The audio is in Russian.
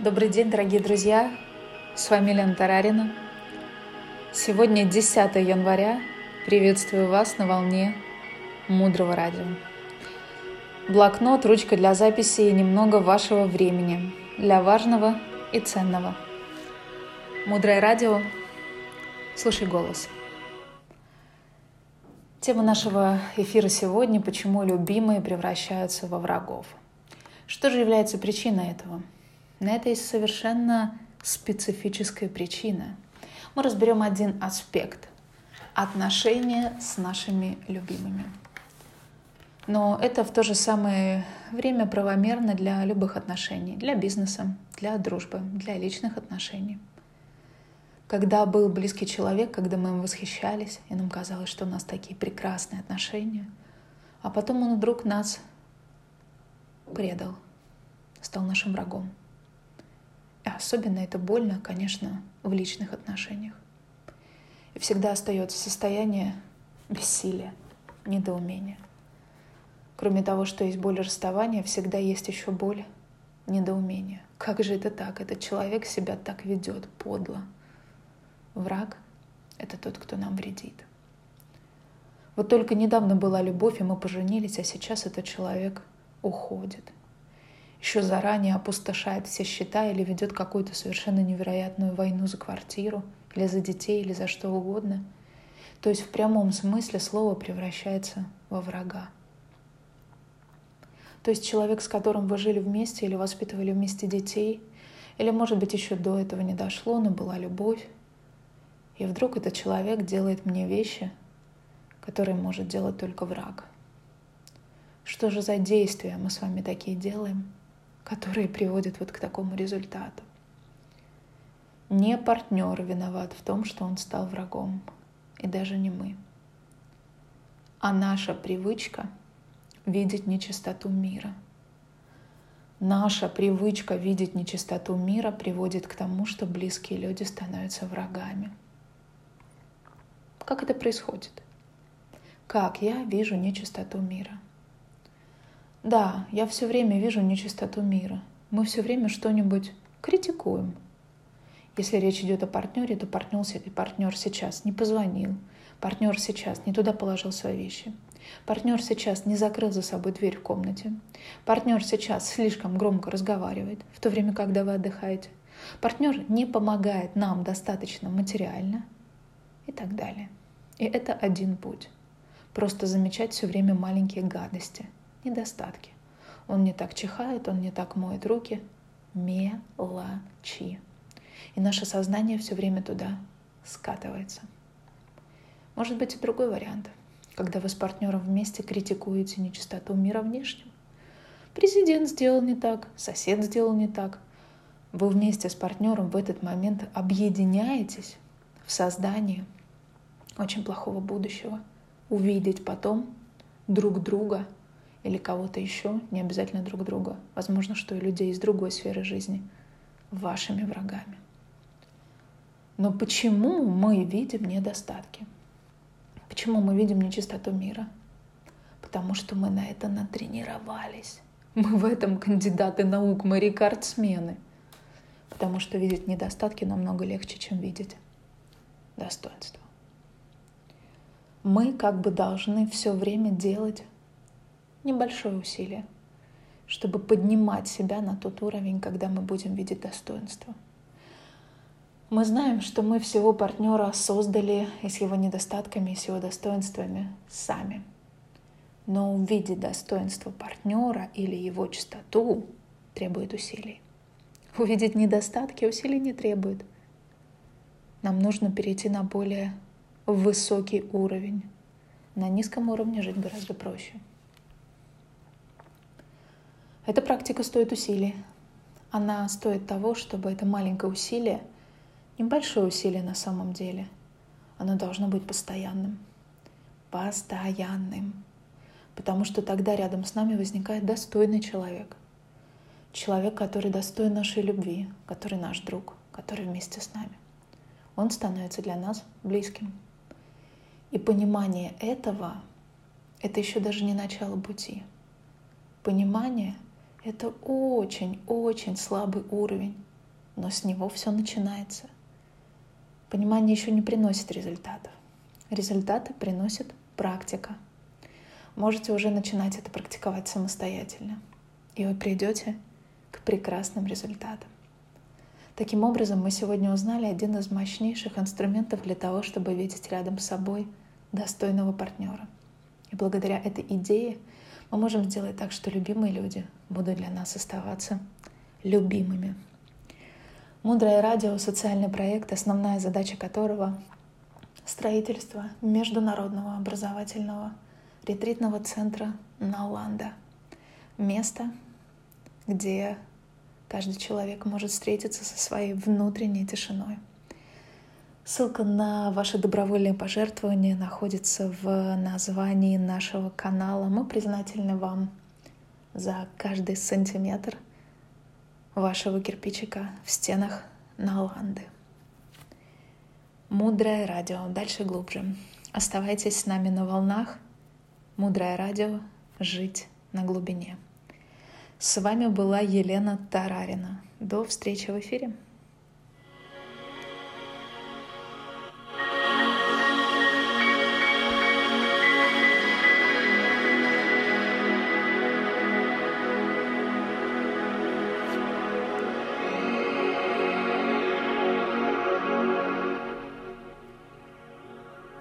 Добрый день, дорогие друзья! С вами Лена Тарарина. Сегодня 10 января. Приветствую вас на волне Мудрого радио. Блокнот, ручка для записи и немного вашего времени для важного и ценного. Мудрое радио. Слушай голос. Тема нашего эфира сегодня: почему любимые превращаются во врагов. Что же является причиной этого? На это есть совершенно специфическая причина. Мы разберем один аспект – отношения с нашими любимыми. Но это в то же самое время правомерно для любых отношений, для бизнеса, для дружбы, для личных отношений. Когда был близкий человек, когда мы им восхищались, и нам казалось, что у нас такие прекрасные отношения, а потом он вдруг нас предал, стал нашим врагом. И особенно это больно, конечно, в личных отношениях. И всегда остается состояние бессилия, недоумения. Кроме того, что есть боль расставания, всегда есть еще боль недоумения. Как же это так? Этот человек себя так ведет, подло. Враг — это тот, кто нам вредит. Вот только недавно была любовь, и мы поженились, а сейчас этот человек уходит. Еще заранее опустошает все счета или ведет какую-то совершенно невероятную войну за квартиру, или за детей, или за что угодно. То есть в прямом смысле слова превращается во врага. То есть человек, с которым вы жили вместе или воспитывали вместе детей, или, может быть, еще до этого не дошло, но была любовь, и вдруг этот человек делает мне вещи, которые может делать только враг. Что же за действия мы с вами такие делаем, которые приводят вот к такому результату? Не партнер виноват в том, что он стал врагом, и даже не мы, а наша привычка видеть нечистоту мира. Наша привычка видеть нечистоту мира приводит к тому, что близкие люди становятся врагами. Как это происходит? Как я вижу нечистоту мира? Да, я все время вижу нечистоту мира. Мы все время что-нибудь критикуем. Если речь идет о партнере, то партнер сейчас не позвонил, партнер сейчас не туда положил свои вещи, партнер сейчас не закрыл за собой дверь в комнате, партнер сейчас слишком громко разговаривает, в то время, когда вы отдыхаете, партнер не помогает нам достаточно материально и так далее. И это один путь. Просто замечать все время маленькие гадости, недостатки. Он не так чихает, он не так моет руки. Мелочи. И наше сознание все время туда скатывается. Может быть и другой вариант, когда вы с партнером вместе критикуете нечистоту мира внешнего. Президент сделал не так, сосед сделал не так. Вы вместе с партнером в этот момент объединяетесь в создании очень плохого будущего. Увидеть потом друг друга или кого-то еще, не обязательно друг друга, возможно, что и людей из другой сферы жизни, вашими врагами. Но почему мы видим недостатки? Почему мы видим нечистоту мира? Потому что мы на это натренировались. Мы в этом кандидаты наук, мы рекордсмены. Потому что видеть недостатки намного легче, чем видеть достоинства. Мы как бы должны все время делать небольшое усилие, чтобы поднимать себя на тот уровень, когда мы будем видеть достоинство. Мы знаем, что мы всего партнера создали и с его недостатками, и с его достоинствами сами. Но увидеть достоинство партнера или его чистоту требует усилий. Увидеть недостатки усилий не требует. Нам нужно перейти на более высокий уровень. На низком уровне жить гораздо проще. Эта практика стоит усилий. Она стоит того, чтобы это маленькое усилие, небольшое усилие на самом деле, оно должно быть постоянным. Постоянным. Потому что тогда рядом с нами возникает достойный человек. Человек, который достоин нашей любви, который наш друг, который вместе с нами. Он становится для нас близким. И понимание этого — это еще даже не начало пути. Понимание — это очень-очень слабый уровень. но с него все начинается. Понимание еще не приносит результатов. Результаты приносит практика. Можете уже начинать это практиковать самостоятельно, и вы придете к прекрасным результатам. Таким образом, мы сегодня узнали один из мощнейших инструментов для того, чтобы видеть рядом с собой достойного партнера. И благодаря этой идее мы можем сделать так, что любимые люди будут для нас оставаться любимыми. Мудрое радио — социальный проект, основная задача которого — строительство международного образовательного ретритного центра Наланда. Место, где каждый человек может встретиться со своей внутренней тишиной. Ссылка на ваши добровольные пожертвования находится в названии нашего канала. Мы признательны вам за каждый сантиметр вашего кирпичика в стенах Наланды. Мудрое радио. Дальше глубже. Оставайтесь с нами на волнах. Мудрое радио. Жить на глубине. С вами была Елена Тарарина. До встречи в эфире.